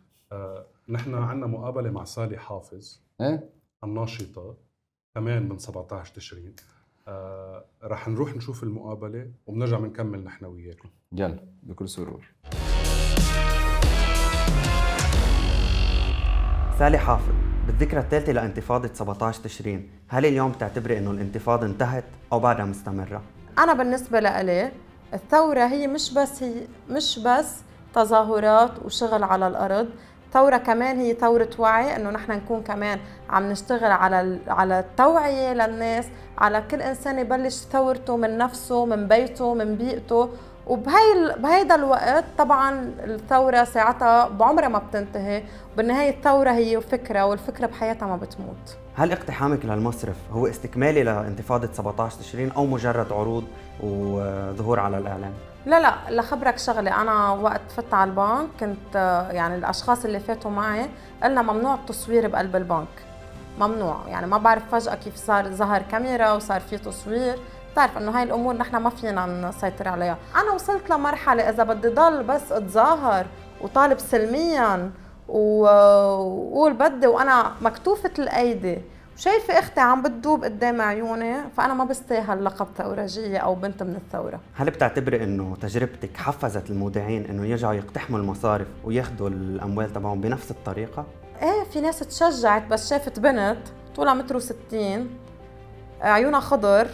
نحن عندنا مقابله مع سالي حافظ الناشطه كمان من 17 تشرين. رح نروح نشوف المقابله وبنرجع بنكمل نحن وياكم. يلا بكل سرور. سالي حافظ، بالذكرى الثالثة لانتفاضة 17 تشرين، هل اليوم بتعتبري انه الانتفاضة انتهت او بعدها مستمرة؟ أنا بالنسبة لإلي الثورة هي مش بس تظاهرات وشغل على الأرض. ثورة كمان هي ثورة وعي، إنه نحن نكون كمان عم نشتغل على التوعية للناس، على كل إنسان يبلش ثورته من نفسه، من بيته، من بيئته. وبهيدا الوقت طبعا الثورة ساعتها بعمرها ما بتنتهي، بالنهاية الثورة هي فكرة، والفكرة بحياتها ما بتموت. هل اقتحامك للمصرف هو استكمالي لانتفاضة 17 تشرين او مجرد عروض وظهور على الاعلام؟ لا لخبرك شغلة، أنا وقت فت على البنك كنت يعني الأشخاص اللي فاتوا معي قلنا ممنوع التصوير بقلب البنك، ممنوع. يعني ما بعرف فجأة كيف ظهر كاميرا وصار في تصوير. بتعرف انه هاي الامور نحن ما فينا نسيطر عليها. انا وصلت لمرحلة اذا بدي ضل بس اتظاهر وطالب سلميا وقول بدي وانا مكتوفة الايدي وشايفة اختي عم بتدوب قدام عيوني، فانا ما بستاهل لقب ثورجية او بنت من الثورة. هل بتعتبري انه تجربتك حفزت المودعين انه يرجعوا يقتحموا المصارف وياخذوا الاموال تبعهم بنفس الطريقة؟ ايه، في ناس تشجعت بس شافت بنت طولها 1.60 متر، عيونها خضر،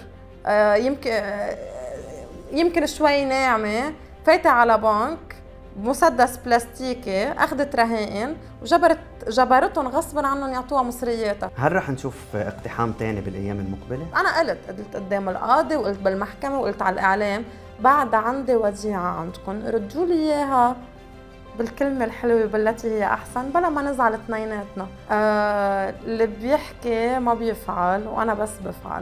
يمكن شوي ناعمة، فايتة على بنك بمسدس بلاستيكي، أخذت رهائن وجبرتهم غصبا عنهم يعطوها مصرياتها. هل رح نشوف اقتحام تاني بالايام المقبلة؟ أنا قلت قدام القاضي وقلت بالمحكمة وقلت على الإعلام، بعد عندي وديعة عندكم ردوا لي إياها بالكلمة الحلوة بالتي هي أحسن بلا ما نزعل اثنيناتنا. اللي بيحكي ما بيفعل وأنا بس بفعل.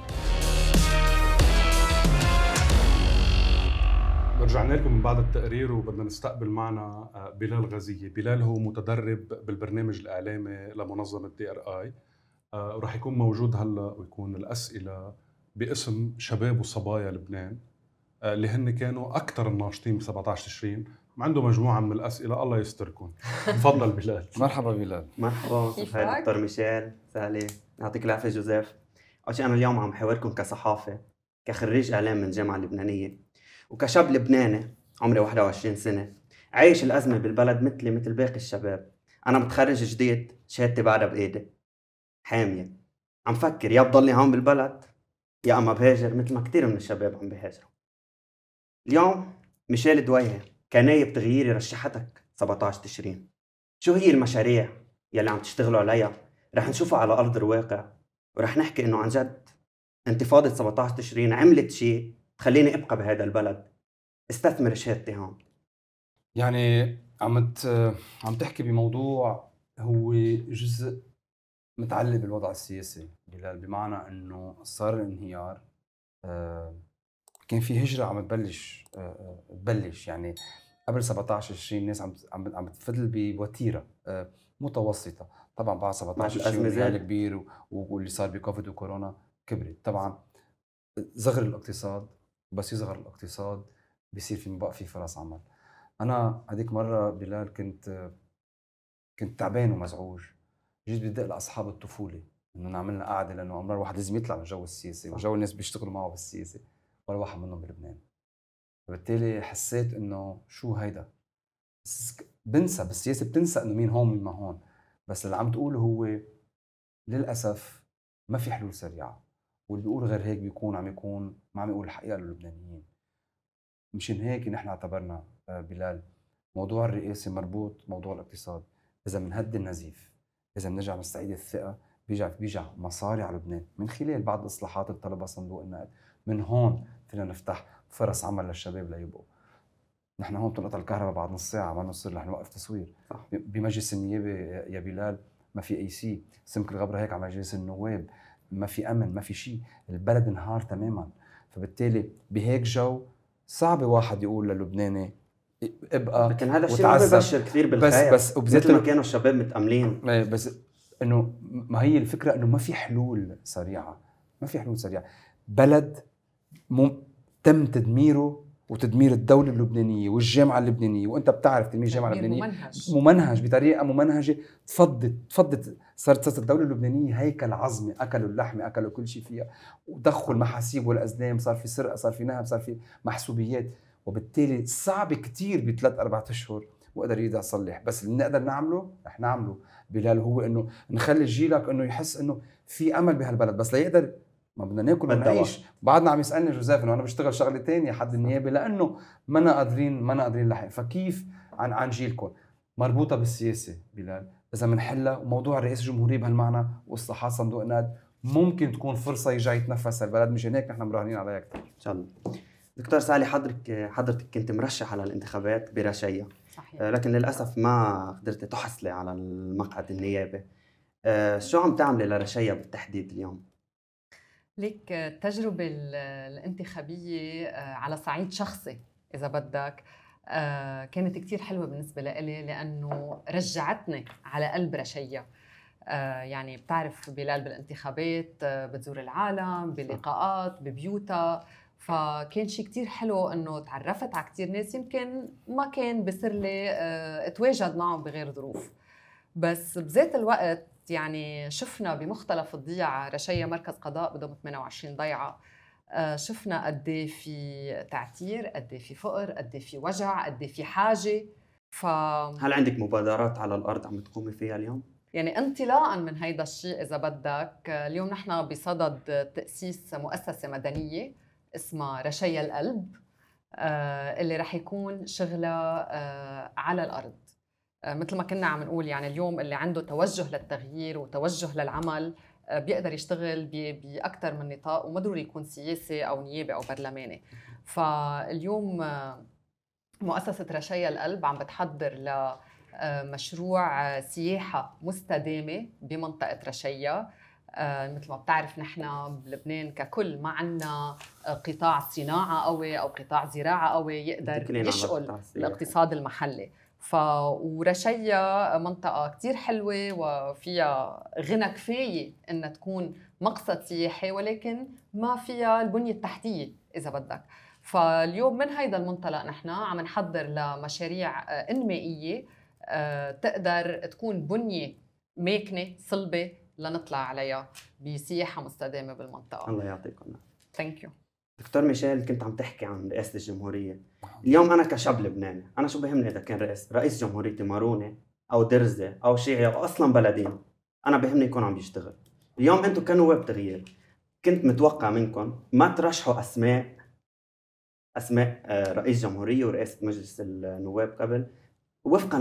رجعنا لكم من بعد التقرير وبدنا نستقبل معنا بلال غزية. بلال هو متدرب بالبرنامج الإعلامي لمنظمة DRI، ورح يكون موجود هلا ويكون الأسئلة باسم شباب وصبايا لبنان اللي هن كانوا أكثر الناشطين ب 17 تشرين. عنده مجموعة من الأسئلة، الله يستركم. تفضل بلال. مرحبا بلال. مرحبا دكتور ميشيل. سهلة، يعطيك العافية جوزيف. أول شيء أنا اليوم عم حاوركم كصحافة، كخريج إعلام من الجامعة اللبنانية، وكشاب لبناني عمري 21 سنة عايش الأزمة بالبلد مثلي مثل باقي الشباب. أنا متخرج جديد، شهادتي بعدها بإيدي حامية، عم فكر يا بضلني هون بالبلد يا أما بهاجر مثل ما كتير من الشباب عم بهاجروا. اليوم ميشيل دويهة كنايب تغييري رشحتك 17 تشرين. شو هي المشاريع يلي عم تشتغلوا عليها؟ رح نشوفها على أرض الواقع ورح نحكي إنه عن جد انتفاضة 17 تشرين عملت شيء تخليني أبقى بهذا البلد استثمر شهادتي هون. يعني عم تحكي بموضوع هو جزء متعلق بالوضع السياسي بلال، بمعنى انه صار الانهيار. كان في هجرة عم تبلش يعني قبل 17 20 ناس عم تفضل بوتيرة متوسطة. طبعا بعد 17 20 الانهيار الكبير واللي صار بكوفيد وكورونا كبرت طبعا صغر الاقتصاد، وبس يصغر الاقتصاد بيصير في فرص عمل. انا هذيك مرة بلال كنت تعبان ومزعوج، جيت بدي لاصحاب الطفولة انه نعمل لنا قعدة، لانه عمر الواحد لازم يطلع من جو السياسي وجو الناس بيشتغلوا معه بالسياسة، ولا واحد منهم بلبنان. فبالتالي حسيت انه شو هيدا، بنسى بالسياسة، بتنسى انه مين هون مين ما هون. بس اللي عم تقوله هو للأسف ما في حلول سريعة، واللي بيقول غير هيك بيكون ما عم يقول الحقيقة للبنانيين. مشان هيك نحن اعتبرنا بلال موضوع الرئاسة مربوط موضوع الاقتصاد. إذا منهدي النزيف، إذا بنرجع نستعيد الثقة، بيجع مصاري على لبنان من خلال بعض الإصلاحات اللي طلبها صندوق النقد. من هون فينا نفتح فرص عمل للشباب ليبقوا. نحن هون بتنقطع الكهرباء بعد نص ساعة، ما نصير رح نوقف تصوير. صح. بمجلس النيابة يا بلال ما في AC، سمك الغبرة هيك على مجلس النواب، ما في أمن، ما في شيء، البلد انهار تماما. فبالتالي بهيك جو صعب واحد يقول للبناني ابقى، لكن هذا الشيء ما ببشر كثير بالخير، بس مثل ما كانوا الشباب متأملين. بس انه ما هي الفكرة انه ما في حلول سريعة، ما في حلول سريعة. بلد تم تدميره وتدمير الدولة اللبنانية والجامعة اللبنانية، وانت بتعرف تدمير الجامعة اللبنانية ممنهج بطريقة ممنهجة. تفضت صارت الدولة اللبنانية هيكل عظمي، اكلوا اللحمة، اكلوا كل شيء فيها، ودخلوا المحاسيب والازلام، صار في سرقة، صار في نهب، صار في محسوبيات. وبالتالي صعب كتير ب3-4 أشهر وقدر يقدر يصلح. بس اللي نقدر نعمله رح نعمله بلال، هو انه نخلي جيلك انه يحس انه في امل بهالبلد. بس ليقدر ما بدنا ناكل ونعيش. بعدنا عم يسالني جوزيف انه انا بشتغل شغله تانية حد النيابه، لانه ما قادرين نلحق. فكيف عن جيلكم مربوطه بالسياسه بلال، اذا بنحلها وموضوع الرئاسه الجمهوريه بهالمعنى واصلاحات صندوق النقد ممكن تكون فرصه يرجع يتنفس البلد. مشان هيك نحن مراهنين عليها كثير ان شاء الله. دكتور سالي، حضرتك كنت مرشح على الانتخابات برشاية. صحيح. لكن للاسف ما قدرت تحصلي على المقعد النيابي. شو عم تعملي لرشاية بالتحديد اليوم؟ ليك التجربة الانتخابية على صعيد شخصي إذا بدك كانت كتير حلوة بالنسبة لي، لأنه رجعتني على قلب رشاية. يعني بتعرف بلال بالانتخابات بتزور العالم بلقاءات ببيوتها، فكان شيء كتير حلو انه تعرفت على كتير ناس يمكن ما كان بصير لي اتواجد معهم بغير ظروف. بس بذات الوقت يعني شفنا بمختلف الضيعة، رشية مركز قضاء بضم 28 ضيعة، شفنا قد ايه في تعتير، قد ايه في فقر، قد ايه في وجع، قد ايه في حاجة. هل عندك مبادرات على الارض عم تقومي فيها اليوم؟ يعني انطلاقا من هيدا الشيء إذا بدك، اليوم نحن بصدد تأسيس مؤسسة مدنية اسمها رشية القلب، اللي رح يكون شغلها على الأرض. مثل ما كنا عم نقول يعني اليوم اللي عنده توجه للتغيير وتوجه للعمل بيقدر يشتغل بأكثر من نطاق، وما ضروري يكون سياسي أو نيابي أو برلماني. فاليوم مؤسسة رشية القلب عم بتحضر لمشروع سياحة مستدامة بمنطقة رشية. مثل ما بتعرف نحن بلبنان ككل ما عنا قطاع صناعة قوي أو قطاع زراعة قوي يقدر يشغل الاقتصاد المحلي. ورشية منطقة كتير حلوة وفيها غنى كفاية إنها تكون مقصد سياحي، ولكن ما فيها البنية التحتية إذا بدك. فاليوم من هيدا المنطلق نحن عم نحضر لمشاريع إنمائية تقدر تكون بنية ماكنة صلبة لنطلع عليها بسياحة مستدامة بالمنطقة. الله يعطيكم العافية. ثانك يو. دكتور ميشيل، كنت عم تحكي عن رئاسة الجمهورية. اليوم أنا كشاب لبناني، أنا شو بهمني إذا كان رئيس جمهوريتي مارونة أو درزة أو شيعي أو أصلاً بلدين، أنا بهمني يكون عم بيشتغل. اليوم أنتم كنواب تغيير كنت متوقع منكم ما ترشحوا أسماء رئيس جمهورية ورئاسة مجلس النواب قبل وفقاً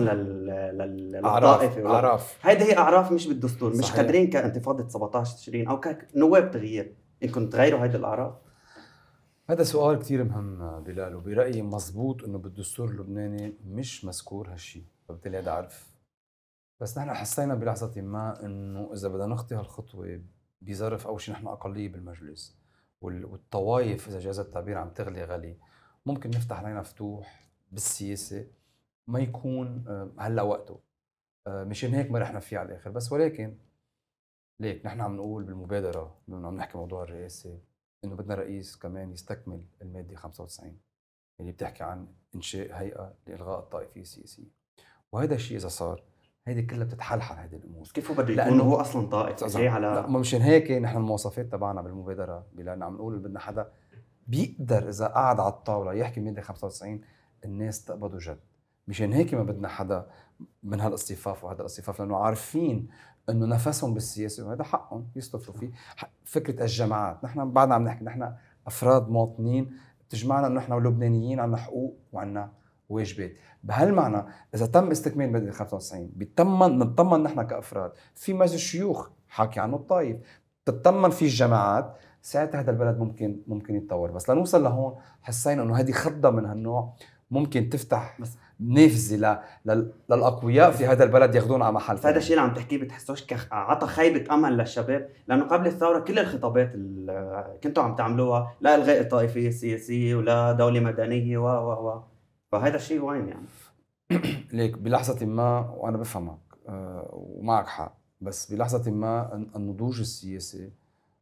للطائفة. أعراف. هيدا هي أعراف مش بالدستور. صحيح. مش قادرين كانتفاضة 17 تشرين أو كنواب تغيير إنكم تغيروا هيدا الأعراف؟ هذا سؤال كتير مهم بلال، وبرأيي مزبوط انه بالدستور اللبناني مش مذكور هالشي، فبالتالي هذا عرف. بس نحن حسينا بلحظة ما انه اذا بدنا نخطي هالخطوة بظرف اول شيء نحن اقلية بالمجلس والطوايف اذا جاز التعبير عم تغلي غلي، ممكن نفتح علينا فتوح بالسياسة ما يكون هلا وقته. مشان هيك ما رحنا فيه على الاخر. بس ولكن ليك نحن عم نقول بالمبادرة لما عم نحكي موضوع الرئاسة انه بدنا رئيس كمان يستكمل المادة 95 اللي بتحكي عن انشاء هيئة لإلغاء الطائفية السياسية. وهذا الشيء اذا صار هيدي كلها بتتحلحل هذه الامور. كيف بده يكون هو اصلا طائفي جاي على لا مشان هيك نحن المواصفات تبعنا بالمبادرة بلان عم نقول بدنا حدا بيقدر اذا قعد على الطاولة يحكي مادة 95 الناس تقبضه جد. مشان هيك ما بدنا حدا من هالاصطفاف وهذا الاصطفاف، لانه عارفين انه نفسهم بالسياسه وهذا حقهم يصطفلوا فيه. فكره الجماعات نحن بعدنا عم نحكي نحن افراد مواطنين بتجمعنا انه نحن لبنانيين عنا حقوق وعنا واجبات. بهالمعنى اذا تم استكمال ماده 95 نطمن نحن كافراد في مجلس الشيوخ حاكي عنه الطائف، تتطمن فيه الجماعات، ساعتها هذا البلد ممكن يتطور. بس لنوصل لهون حسينا انه هذه خضه من هالنوع ممكن تفتح نافذه للاقوياء في هذا البلد ياخذون على محل. هذا الشيء اللي عم تحكيه بتحسوش عطى خيبه امل للشباب؟ لانه قبل الثوره كل الخطابات اللي كنتوا عم تعملوها لا الغاء الطائفيه السياسيه ولا دوله مدنيه و فهذا الشيء وين يعني؟ ليك بلحظه ما وانا بفهمك ومعك حق، بس بلحظه ما النضوج السياسي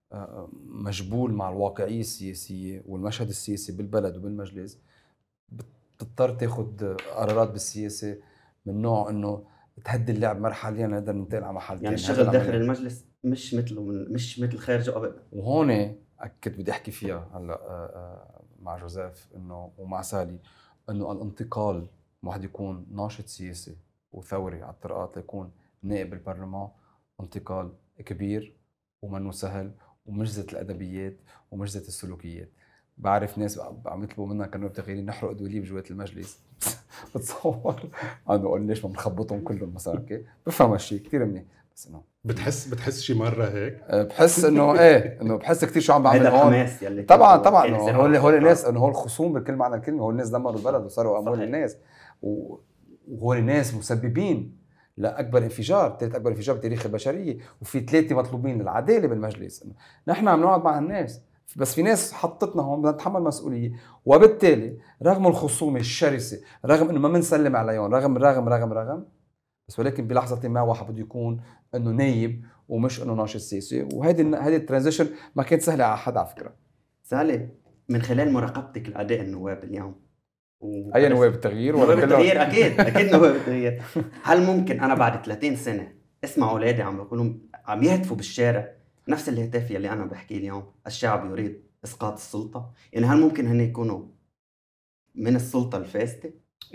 مجبول مع الواقعيه السياسيه والمشهد السياسي بالبلد وبالمجلس، بتضطر تاخذ قرارات بالسياسه من نوع انه تهدي اللعب مرحليا نقدر ننتقل على محل يعني الشغل داخل المجلس مش مثل خارجه ابدا. وهون كنت بدي احكي فيها هلا مع جوزيف انه ومع سالي انه الانتقال واحد يكون ناشط سياسي وثوري على الطرقات ليكون نائب بالبرلمان انتقال كبير ومنه سهل، ومجزة الادبيات ومجزة السلوكيات. بعرف ناس عم يطلبوا منا كانوا بتغييرين نحرق دوليب جوات المجلس بتصور انا بقول ليش ما بنخبطهم كلهم مثلا. اوكي بفهم هالشيء كثير منيح، بس انه بتحس شي مره هيك بحس انه ايه انه بحس كثير شو عم بعمل هون. الحماس يلي طبعا هول الناس انه هول الخصوم بكل معنى الكلمه، هول الناس دمروا البلد وصاروا اموال الناس، وهول الناس مسببين لاكبر انفجار، ثالث اكبر انفجار بتاريخ البشريه، وفي 3 مطلوبين للعداله بالمجلس. نحن عم نقعد مع الناس بس في ناس حطتنا هون بدنا نتحمل مسؤوليه، وبالتالي رغم الخصومه الشرسه، رغم انه ما بنسلم عليهم، رغم بس ولكن بلحظه ما واحد بده يكون انه نايب ومش انه ناشط سياسي، وهذه الترانزيشن ما كانت سهله على حد على فكره. سالي، من خلال مراقبتك لأداء النواب اليوم اي نواب التغيير ولا نواب كلهم؟ التغيير؟ اكيد نواب التغيير. هل ممكن انا بعد 30 سنه اسمع اولادي عم بيقولوا، عم يهتفوا بالشارع نفس الهتاف يلي انا بحكيه اليوم، الشعب يريد اسقاط السلطه؟ يعني هل ممكن هن يكونوا من السلطه الفاسده؟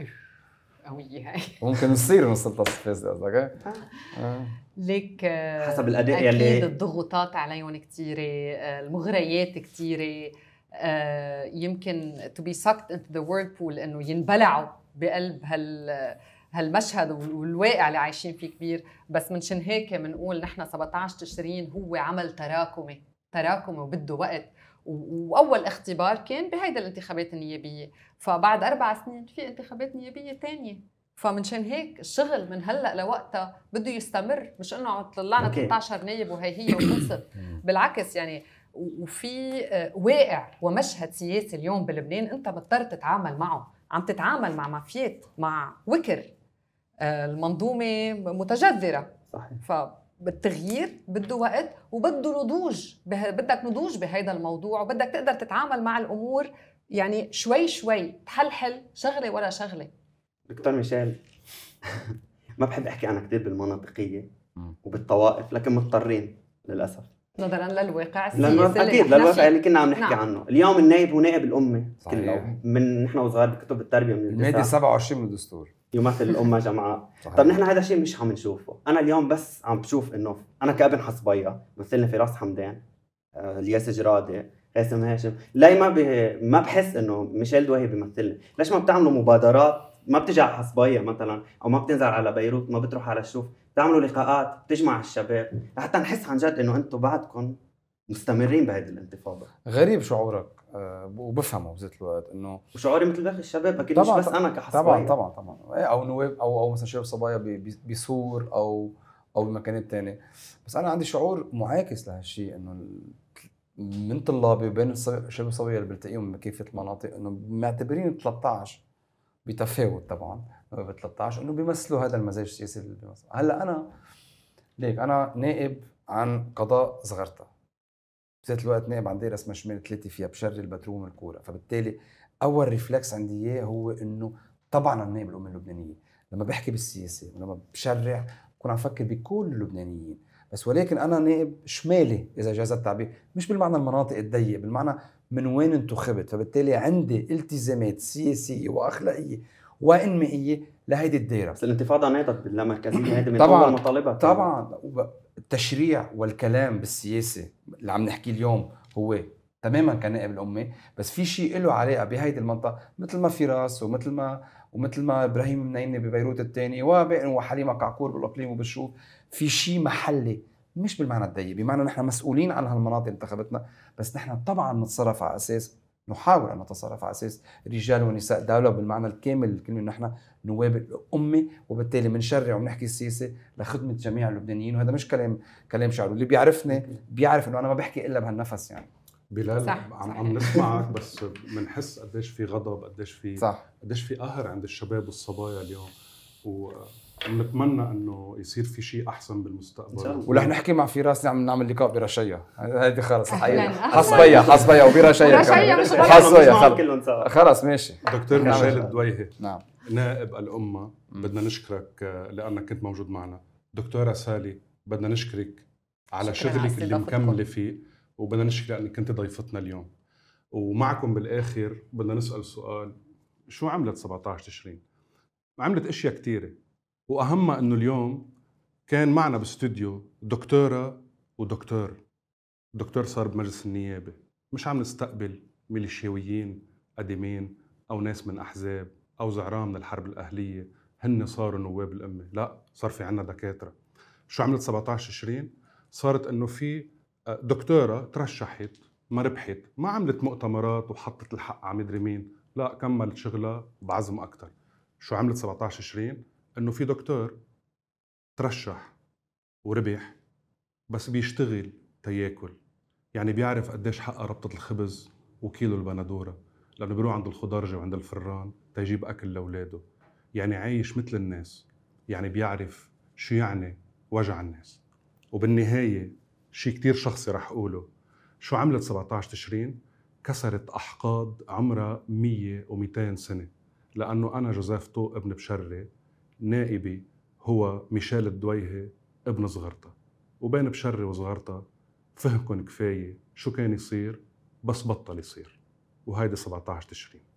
قوية هاي. ممكن يصير من السلطه الفاسده قصدك؟ ليك حسب الاداء أكيد يلي الضغوطات عليهم كتيرة، المغريات كتيرة، يمكن to be sucked into the whirlpool إنه ينبلعوا بقلب هالمشهد والواقع اللي عايشين فيه كبير. بس منشان هيك منقول نحن 17 تشرين هو عمل تراكمي وبده وقت، وأول اختبار كان بهيدا الانتخابات النيابية، فبعد 4 سنين في انتخابات نيابية تانية. فمنشان هيك الشغل من هلأ لوقتها بده يستمر، مش إنه عم طلعنا 13 نايب وهي وخلصت. بالعكس يعني، وفي واقع ومشهد سياسي اليوم بلبنان أنت مضطر تتعامل معه، عم تتعامل مع مافيات، مع وكر، المنظومة متجذرة. صحيح. فالتغيير بده وقت وبده نضوج، بدك نضوج بهيدا الموضوع، وبدك تقدر تتعامل مع الأمور يعني شوي شوي، تحلحل شغلة ورا شغلة. دكتور ميشيل، ما بحب احكي انا كثير بالمناطقيه وبالطوائف، لكن مضطرين للاسف نظرا للواقع لانه السياسي اكيد للواقع اللي كنا عم نحكي نعم. عنه اليوم. النايب هو نائب الامه صحيح. كله، من نحن وصغار بكتب التربيه من الماده 27 من الدستور يمثل الامه جمعاء. صحيح. طب نحن هذا الشيء مش عم نشوفه. انا اليوم بس عم بشوف انه انا كابن حصبيه مثلنا فراس حمدان، الياس جرادي، قاسم هاشم، لا ما بحس انه ميشيل دويهي بيمثلني. ليش ما بتعملوا مبادرات؟ ما بتجي على حصبيه مثلا، او ما بتنزل على بيروت، ما بتروح على الشوف، بتعملوا لقاءات بتجمع الشباب لحتى نحس عن جد انه انتم بعدكم مستمرين بهذه الانتفاضه. غريب شعورك وبفهمه بذات الوقت انه وشعوري مثل باقي الشباب اكيد، مش بس انا كحصبيه. طبعا او نواب او مثلا شباب صبايا بسور او بمكانات تانية. بس انا عندي شعور معاكس لهالشيء، انه من طلابي وبين الشباب الصبايا اللي بلتقيهم بكافه المناطق انه معتبرين 13 بتفاوت طبعا ب 13 انه بيمثلوا هذا المزاج السياسي اللي بيمثل. هلا انا نائب عن قضاء صغرتها، بذات الوقت نائب عن دائره اسمها شمال 3 فيها بشري البتروم الكوره. فبالتالي اول ريفلكس عندي اياه هو انه طبعا النائب الامه اللبنانيه لما بحكي بالسياسه ولما بشرع بكون عم فكر بكل اللبنانيين. بس ولكن انا نائب شمالي اذا جاز التعبير، مش بالمعنى المناطق الضيق، بالمعنى من وين انتخبت. فبالتالي عندي التزامات سياسيه واخلاقيه وانمائيه لهيدي الدائره. بس الانتفاضه نهضت باللامركزيه، هيدي من طبعاً اول مطالبها. طبعا التشريع والكلام بالسياسه اللي عم نحكي اليوم هو تماما كنائب الامه، بس في شيء له علاقه بهيدي المنطقه، مثل ما فراس ومثل ما ابراهيم منيني ببيروت الثاني وحليمه كعكور بالاقليم وبالشوف. في شيء محلي مش بالمعنى الضيق، بمعنى نحن مسؤولين عن هالمناطق انتخبتنا، بس نحن طبعا نتصرف على اساس، نحاول ان نتصرف على اساس رجال ونساء دوله بالمعنى الكامل للكلمه. نحن نواب الامه، وبالتالي بنشرع وبنحكي السياسه لخدمه جميع اللبنانيين. وهذا مش كلام شعر، واللي بيعرفني بيعرف انه انا ما بحكي الا بهالنفس يعني. بلال صح. عم نسمعك بس بنحس قديش في غضب، قديش في قهر عند الشباب والصبايا اليوم، ونتمنى انه يصير في شيء احسن بالمستقبل. ورح نحكي مع فراس نعمل لقاء برشية. هيدي خلص حصبية وبرشية وحصبية خلص ماشي. دكتور ميشيل الدويهي، نعم، نائب الأمة، بدنا نشكرك لأنك كنت موجود معنا. دكتورة سالي، بدنا نشكرك على شغلك اللي مكملة فيه، وبدنا نشكرك لأنك كنت ضيفتنا اليوم. ومعكم بالآخر بدنا نسأل سؤال: شو عملت 17 تشرين؟ عملت أشياء كتيرة، وأهمها أنه اليوم كان معنا باستوديو دكتورة ودكتور. الدكتور صار بمجلس النيابة، مش عم نستقبل ميليشياويين قديمين أو ناس من أحزاب أو زعران من الحرب الأهلية هن صاروا نواب الأمة، لا، صار في عنا دكاترة. شو عملت 17 تشرين؟ صارت أنه في دكتورة ترشحت ما ربحت، ما عملت مؤتمرات وحطت الحق على مدري مين، لا، كملت شغلها بعزم أكتر. شو عملت 17 تشرين؟ أنه في دكتور ترشح وربح بس بيشتغل تياكل، يعني بيعرف قديش حق ربطة الخبز وكيلو البندورة، لأنه بيروح عند الخضارجة وعند الفران تيجيب أكل لأولاده، يعني عايش مثل الناس. يعني بيعرف شو يعني وجع الناس. وبالنهاية شيء كتير شخصي رح أقوله، شو عملت 17 تشرين؟ كسرت أحقاد عمرها 100 و200 سنة، لأنه أنا جوزيف طوق ابن بشري، نائبي هو ميشيل الدويهي ابن صغرتها، وبين بشري وصغرتها فهمكن كفاية شو كان يصير بس بطل يصير، وهيدي 17 تشرين.